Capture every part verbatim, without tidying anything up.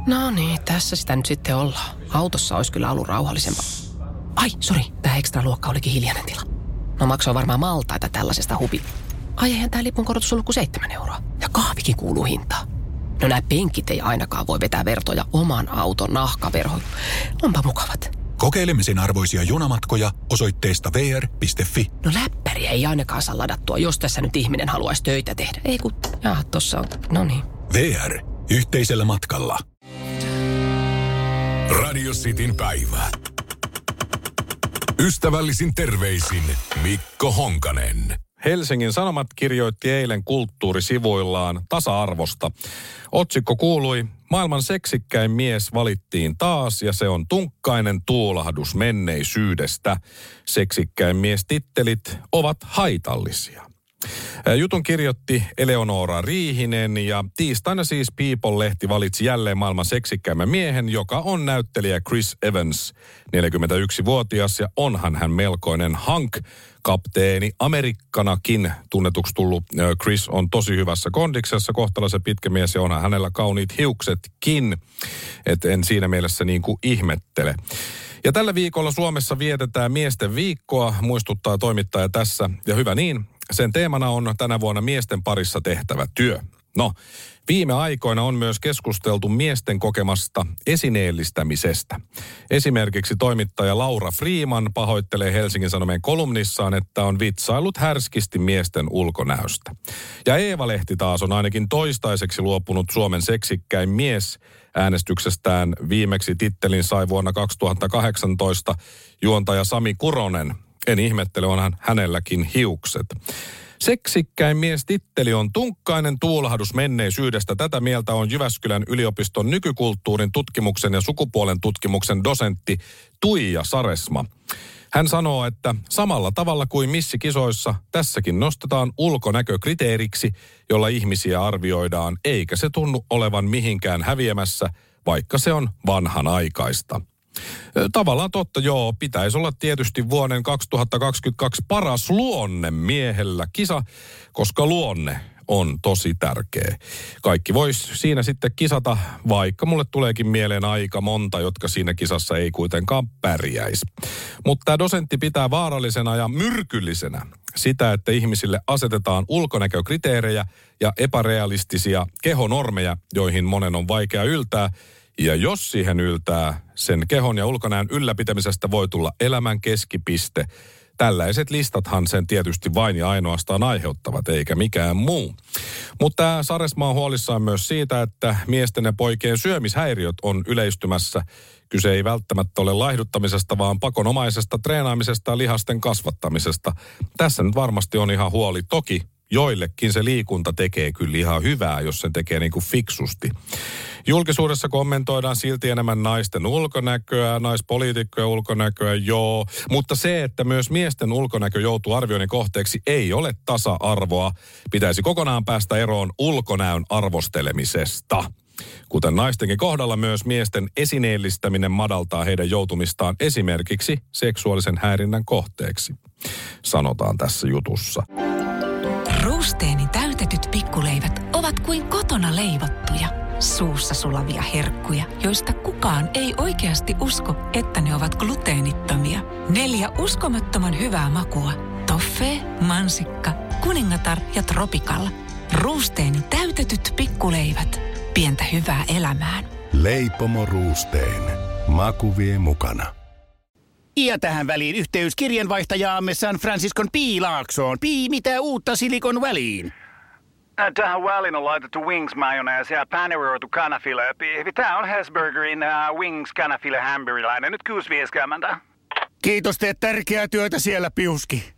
No niin, tässä sitä nyt sitten ollaan. Autossa olisi kyllä ollut rauhallisempaa. Ai, sori, tämä ekstra luokka olikin hiljainen tila. No maksoi varmaan maltaita tällaisesta hubi. Ai eihän tää lipun korotus ollut kuin seitsemän euroa. Ja kahvikin kuuluu hintaan. No nämä penkit ei ainakaan voi vetää vertoja oman auton nahkaverhoon. Onpa mukavat. Kokeilemisen arvoisia junamatkoja osoitteesta v r piste f i. No läppäriä ei ainakaan saa ladattua, jos tässä nyt ihminen haluaisi töitä tehdä. Ei kun, jaa, tossa on, no niin. V R. Yhteisellä matkalla. Radio Cityn päivä. Ystävällisin terveisin Mikko Honkanen. Helsingin Sanomat kirjoitti eilen kulttuurisivuillaan tasa-arvosta. Otsikko kuului: maailman seksikkäin mies valittiin taas ja se on tunkkainen tuulahdus menneisyydestä. Seksikkäin mies -tittelit ovat haitallisia. Jutun kirjoitti Eleonora Riihinen ja tiistaina siis People-lehti valitsi jälleen maailman seksikkäimmän miehen, joka on näyttelijä Chris Evans, neljäkymmentäyksivuotias, ja onhan hän melkoinen hank. Kapteeni Amerikkanakin tunnetuksi tullut Chris on tosi hyvässä kondiksessa, kohtalaisen pitkä mies ja onhan hänellä kauniit hiuksetkin, et en siinä mielessä niin kuin ihmettele. Ja tällä viikolla Suomessa vietetään miesten viikkoa, muistuttaa toimittaja tässä, ja hyvä niin. Sen teemana on tänä vuonna miesten parissa tehtävä työ. No, viime aikoina on myös keskusteltu miesten kokemasta esineellistämisestä. Esimerkiksi toimittaja Laura Freeman pahoittelee Helsingin Sanomien kolumnissaan, että on vitsailut härskisti miesten ulkonäöstä. Ja Eeva-lehti taas on ainakin toistaiseksi luopunut Suomen seksikkäin mies äänestyksestään. Viimeksi tittelin sai vuonna kaksituhattakahdeksantoista juontaja Sami Kuronen. En ihmettele, onhan hänelläkin hiukset. Seksikkäin mies -titteli on tunkkainen tuulahdus menneisyydestä. Tätä mieltä on Jyväskylän yliopiston nykykulttuurin tutkimuksen ja sukupuolen tutkimuksen dosentti Tuija Saresma. Hän sanoo, että samalla tavalla kuin missikisoissa, tässäkin nostetaan ulkonäkö kriteeriksi, jolla ihmisiä arvioidaan, eikä se tunnu olevan mihinkään häviämässä, vaikka se on vanhanaikaista. Tavallaan totta, joo, pitäisi olla tietysti vuoden kaksituhattakaksikymmentäkaksi paras luonne miehellä kisa, koska luonne on tosi tärkeä. Kaikki vois siinä sitten kisata, vaikka mulle tuleekin mieleen aika monta, jotka siinä kisassa ei kuitenkaan pärjäisi. Mutta tämä dosentti pitää vaarallisena ja myrkyllisenä sitä, että ihmisille asetetaan ulkonäkökriteerejä ja epärealistisia kehonormeja, joihin monen on vaikea yltää. Ja jos siihen yltää, sen kehon ja ulkonäön ylläpitämisestä voi tulla elämän keskipiste. Tällaiset listathan sen tietysti vain ja ainoastaan aiheuttavat, eikä mikään muu. Mutta tämä Saresma on huolissaan myös siitä, että miesten ja poikien syömishäiriöt on yleistymässä. Kyse ei välttämättä ole laihduttamisesta, vaan pakonomaisesta treenaamisesta ja lihasten kasvattamisesta. Tässä nyt varmasti on ihan huoli. Toki joillekin se liikunta tekee kyllä ihan hyvää, jos sen tekee niin kuin fiksusti. Julkisuudessa kommentoidaan silti enemmän naisten ulkonäköä, naispoliitikkojen ulkonäköä, joo. Mutta se, että myös miesten ulkonäkö joutuu arvioinnin kohteeksi, ei ole tasa-arvoa. Pitäisi kokonaan päästä eroon ulkonäön arvostelemisesta. Kuten naistenkin kohdalla myös miesten esineellistäminen madaltaa heidän joutumistaan esimerkiksi seksuaalisen häirinnän kohteeksi, sanotaan tässä jutussa. Ruusteeni täytetyt pikkuleivät ovat kuin kotona leivottuja, suussa sulavia herkkuja, joista kukaan ei oikeasti usko, että ne ovat gluteenittomia. Neljä uskomattoman hyvää makua: toffee, mansikka, kuningatar ja tropical. Ruusteeni täytetyt pikkuleivät. Pientä hyvää elämään. Leipomo Ruusteen. Maku vie mukana. Ja tähän väliin yhteys kirjanvaihtajaamme San Franciscon Piilaaksoon. Pii, mitä uutta Silikon väliin? Tähän väliin on laitettu wings mayonnaise ja paneroitu kanafila. Tämä on Hesburgerin uh, wings kanafila hamburilainen. Nyt kuusi vieskäämäntä. Kiitos, teet tärkeää työtä siellä, Piuski.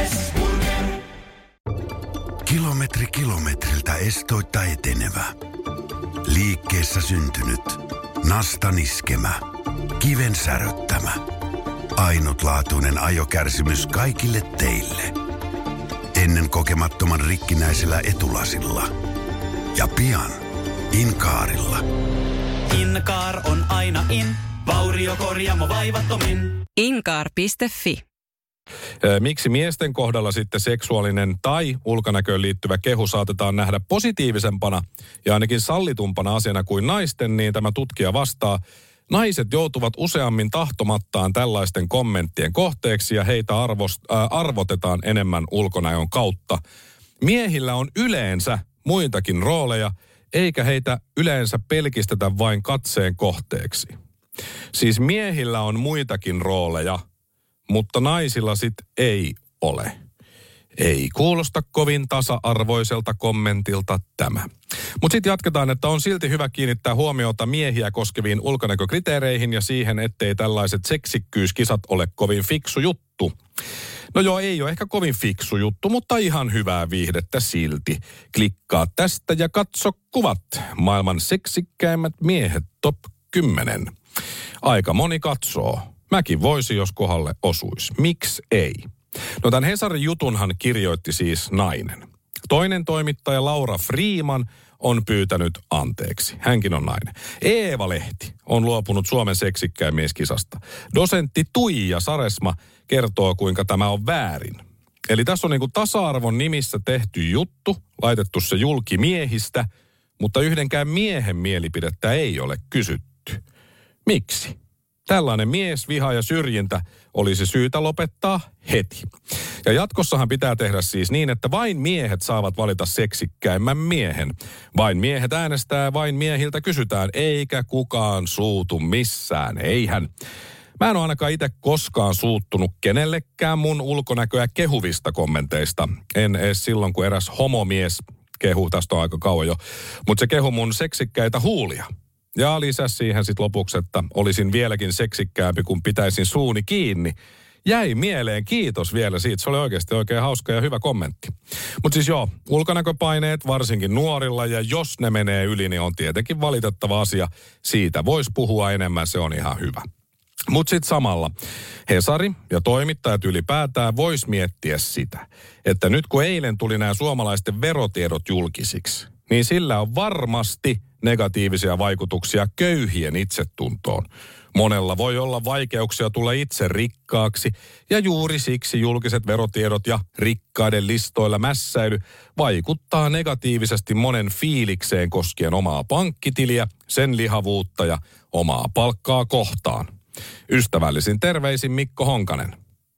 Kilometri kilometriltä estoitta etenevä. Liikkeessä syntynyt. Nastan iskemä. Kiven säröttämä. Ainutlaatuinen ajokärsimys kaikille teille. Ennen kokemattoman rikkinäisellä etulasilla. Ja pian Inkaarilla. Inkaar on aina in. Vauriokorjaamo vaivattomin. Inkaar piste fi. Miksi miesten kohdalla sitten seksuaalinen tai ulkonäköön liittyvä kehu saatetaan nähdä positiivisempana ja ainakin sallitumpana asiana kuin naisten, niin tämä tutkija vastaa, naiset joutuvat useammin tahtomattaan tällaisten kommenttien kohteeksi ja heitä arvost- äh, arvotetaan enemmän ulkonäön kautta. Miehillä on yleensä muitakin rooleja, eikä heitä yleensä pelkistetä vain katseen kohteeksi. Siis miehillä on muitakin rooleja, mutta naisilla sit ei ole. Ei kuulosta kovin tasa-arvoiselta kommentilta tämä. Mutta sitten jatketaan, että on silti hyvä kiinnittää huomiota miehiä koskeviin ulkonäkökriteereihin ja siihen, ettei tällaiset seksikkyyskisat ole kovin fiksu juttu. No joo, ei ole ehkä kovin fiksu juttu, mutta ihan hyvää viihdettä silti. Klikkaa tästä ja katso kuvat. Maailman seksikkäimmät miehet top kymmenen. Aika moni katsoo. Mäkin voisi, jos kohdalle osuisi. Miksi ei? No tämän Hesarin jutunhan kirjoitti siis nainen. Toinen toimittaja Laura Freeman on pyytänyt anteeksi. Hänkin on nainen. Eeva-lehti on luopunut Suomen seksikkäin mieskisasta. Dosentti Tuija Saresma kertoo, kuinka tämä on väärin. Eli tässä on niin kuin tasa-arvon nimissä tehty juttu, laitettu se julki miehistä, mutta yhdenkään miehen mielipidettä ei ole kysytty. Miksi? Tällainen miesviha ja syrjintä olisi syytä lopettaa heti. Ja jatkossahan pitää tehdä siis niin, että vain miehet saavat valita seksikkäimmän miehen. Vain miehet äänestää, vain miehiltä kysytään, eikä kukaan suutu missään, eihän. Mä en ole ainakaan itse koskaan suuttunut kenellekään mun ulkonäköä kehuvista kommenteista. En edes silloin, kun eräs homomies kehu, tästä on aika kauan jo, mutta se kehu mun seksikkäitä huulia. Ja lisäsi siihen sitten lopuksi, että olisin vieläkin seksikkäämpi, kun pitäisin suuni kiinni. Jäi mieleen, kiitos vielä siitä. Se oli oikeasti oikein hauska ja hyvä kommentti. Mutta siis joo, ulkonäköpaineet varsinkin nuorilla, ja jos ne menee yli, niin on tietenkin valitettava asia. Siitä voisi puhua enemmän, se on ihan hyvä. Mutta sitten samalla Hesari ja toimittajat ylipäätään vois miettiä sitä, että nyt kun eilen tuli nämä suomalaisten verotiedot julkisiksi, niin sillä on varmasti negatiivisia vaikutuksia köyhien itsetuntoon. Monella voi olla vaikeuksia tulla itse rikkaaksi, ja juuri siksi julkiset verotiedot ja rikkaiden listoilla mässäily vaikuttaa negatiivisesti monen fiilikseen koskien omaa pankkitiliä, sen lihavuutta ja omaa palkkaa kohtaan. Ystävällisin terveisin Mikko Honkanen.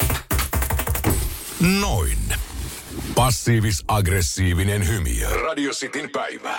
Noin. Passiivis-aggressiivinen hymiö. Radio Cityn päivä.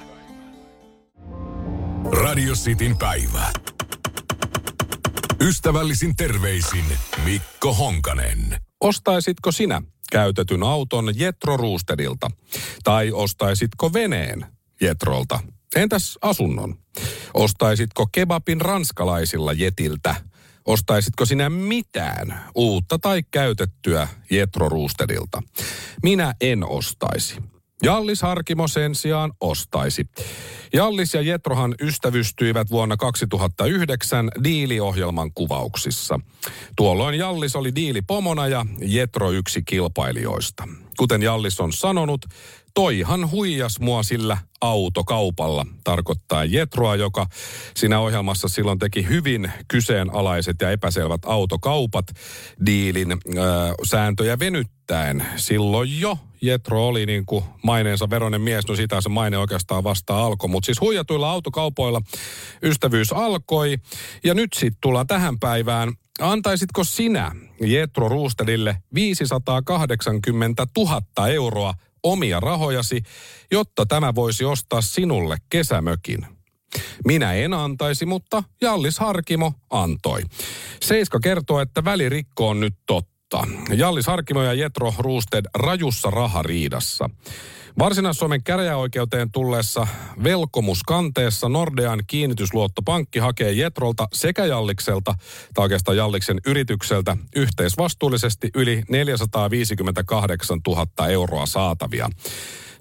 Radio Cityn päivä. Ystävällisin terveisin Mikko Honkanen. Ostaisitko sinä käytetyn auton Jetro Roostedilta? Tai ostaisitko veneen Jetrolta? Entäs asunnon? Ostaisitko kebabin ranskalaisilla Jetiltä? Ostaisitko sinä mitään uutta tai käytettyä Jetro Roostedilta? Minä en ostaisi. Jallis Harkimo sen sijaan ostaisi. Jallis ja Jetrohan ystävystyivät vuonna kaksituhattayhdeksän diiliohjelman kuvauksissa. Tuolloin Jallis oli diilipomona ja Jetro yksi kilpailijoista. Kuten Jallis on sanonut, toihan huijas mua sillä autokaupalla, tarkoittaa Jetroa, joka siinä ohjelmassa silloin teki hyvin kyseenalaiset ja epäselvät autokaupat diilin äh, sääntöjä venyttäen. Silloin jo Jetro oli niin kuin maineensa veroinen mies, no sitä se maine oikeastaan vasta alkoi. Mutta siis huijatuilla autokaupoilla ystävyys alkoi, ja nyt sitten tullaan tähän päivään. Antaisitko sinä Jetro Roostedille viisisataakahdeksankymmentätuhatta euroa omia rahojasi, jotta tämä voisi ostaa sinulle kesämökin? Minä en antaisi, mutta Jallis Harkimo antoi. Seiska kertoo, että välirikko on nyt totta. Jallis Harkimo ja Jetro Roosted rajussa rahariidassa. Varsinais-Suomen käräjäoikeuteen tulleessa velkomuskanteessa Nordean kiinnitysluottopankki hakee Jetrolta sekä Jallikselta, tai oikeastaan Jalliksen yritykseltä, yhteisvastuullisesti yli neljäsataaviisikymmentäkahdeksantuhatta euroa saatavia.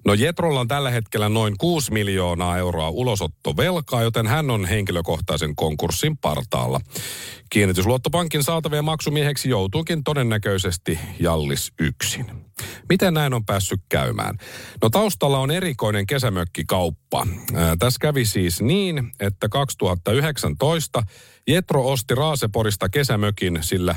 No Jetrolla on tällä hetkellä noin kuusi miljoonaa euroa ulosottovelkaa, joten hän on henkilökohtaisen konkurssin partaalla. Kiinnitysluottopankin saatavien maksumieheksi joutuukin todennäköisesti Jallis yksin. Miten näin on päässyt käymään? No taustalla on erikoinen kesämökkikauppa. Ää, tässä kävi siis niin, että kaksituhattayhdeksäntoista Jetro osti Raaseporista kesämökin sillä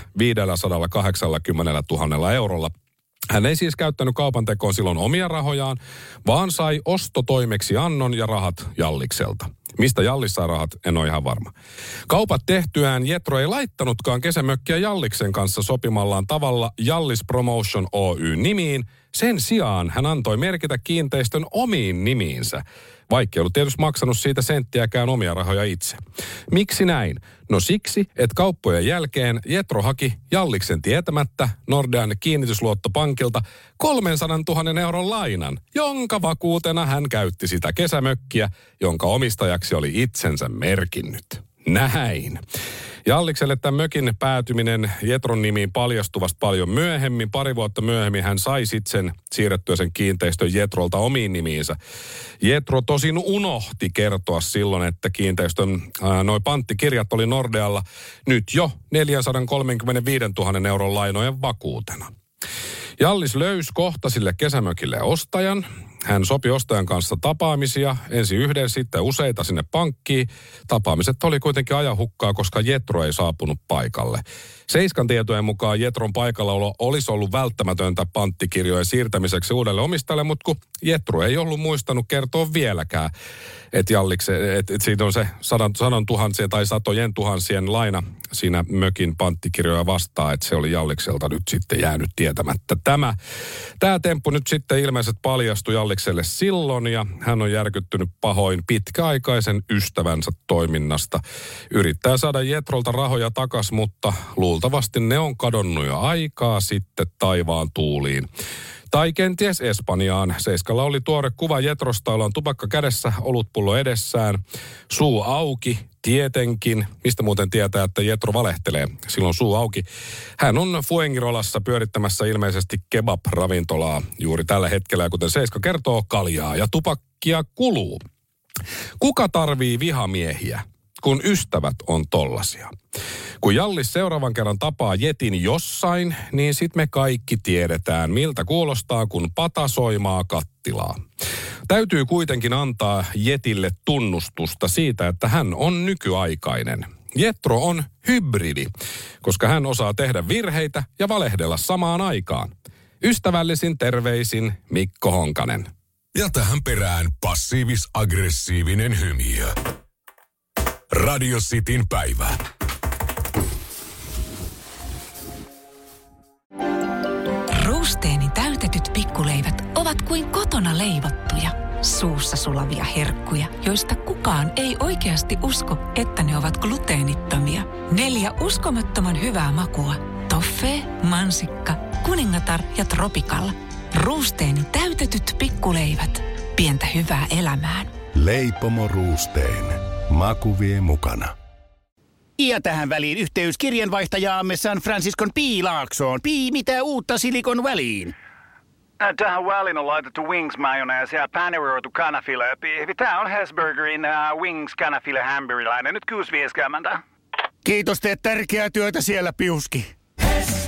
viisisataakahdeksankymmentätuhatta eurolla. Hän ei siis käyttänyt kaupantekoon silloin omia rahojaan, vaan sai ostotoimeksiannon ja rahat Jallikselta. Mistä Jallis sai rahat, en ole ihan varma. Kaupat tehtyään Jetro ei laittanutkaan kesämökkiä Jalliksen kanssa sopimallaan tavalla Jallis Promotion Oy nimiin. Sen sijaan hän antoi merkitä kiinteistön omiin nimiinsä, vaikka ei ollut tietysti maksanut siitä senttiäkään omia rahoja itse. Miksi näin? No siksi, että kauppojen jälkeen Jetro haki Jalliksen tietämättä Nordean kiinnitysluottopankilta kolmesataatuhatta euron lainan, jonka vakuutena hän käytti sitä kesämökkiä, jonka omistajaksi oli itsensä merkinnyt. Näin. Jallikselle tämän mökin päätyminen Jetron nimiin paljastui vasta paljon myöhemmin. Pari vuotta myöhemmin hän sai sitten sen siirrettyä sen kiinteistön Jetrolta omiin nimiinsä. Jetro tosin unohti kertoa silloin, että kiinteistön ää, noi panttikirjat oli Nordealla nyt jo neljäsataakolmekymmentäviisituhatta euron lainojen vakuutena. Jallis löysi kohta sille kesämökille ostajan. Hän sopi ostajan kanssa tapaamisia, ensin yhden, sitten useita sinne pankkiin. Tapaamiset oli kuitenkin ajanhukkaa, koska Jetro ei saapunut paikalle. Seiskan tietojen mukaan Jetron paikallaolo olisi ollut välttämätöntä panttikirjojen siirtämiseksi uudelle omistajalle, mutta kun Jetro ei ollut muistanut kertoa vieläkään, että Jallikse, että et siitä on se sadan, sadan tuhansien tai satojen tuhansien laina siinä mökin panttikirjoja vastaan, että se oli Jallikselta nyt sitten jäänyt tietämättä. Tämä, tämä temppu nyt sitten ilmeisesti paljastui Jallikselle silloin ja hän on järkyttynyt pahoin pitkäaikaisen ystävänsä toiminnasta. Yrittää saada Jetrolta rahoja takas, mutta luultavasti ne on kadonnut jo aikaa sitten taivaan tuuliin. Tai kenties Espanjaan. Seiskalla oli tuore kuva Jetrosta, jolla on tupakka kädessä, olutpullo edessään, suu auki, tietenkin. Mistä muuten tietää, että Jetro valehtelee? Silloin suu auki. Hän on Fuengirolassa pyörittämässä ilmeisesti kebab-ravintolaa juuri tällä hetkellä, ja kuten Seiska kertoo, kaljaa ja tupakkia kuluu. Kuka tarvii vihamiehiä, kun ystävät on tollasia? Kun Jallis seuraavan kerran tapaa Jetin jossain, niin sit me kaikki tiedetään, miltä kuulostaa, kun pata soimaa kattilaa. Täytyy kuitenkin antaa Jetille tunnustusta siitä, että hän on nykyaikainen. Jetro on hybridi, koska hän osaa tehdä virheitä ja valehdella samaan aikaan. Ystävällisin terveisin Mikko Honkanen. Ja tähän perään passiivis-aggressiivinen hymiö. Radio Cityn päivä. Ruusteeni täytetyt pikkuleivät ovat kuin kotona leivottuja, suussa sulavia herkkuja, joista kukaan ei oikeasti usko, että ne ovat gluteenittomia. Neljä uskomattoman hyvää makua. Toffee, mansikka, kuningatar ja tropikalla. Ruusteeni täytetyt pikkuleivät. Pientä hyvää elämään. Leipomo Ruusteen. Maku vie mukana. Ja tähän väliin yhteys kirjanvaihtajaamme San Franciscon Piilaaksoon. Pii, mitä uutta Silikon väliin? Tähän väliin on laitettu wings mayonnaise ja paneroitu kanafila. Tämä on Hesburgerin uh, wings kanafila hamburilainen. Nyt kuusi viisikymmentä. Kiitos, teet tärkeää työtä siellä, Piuski.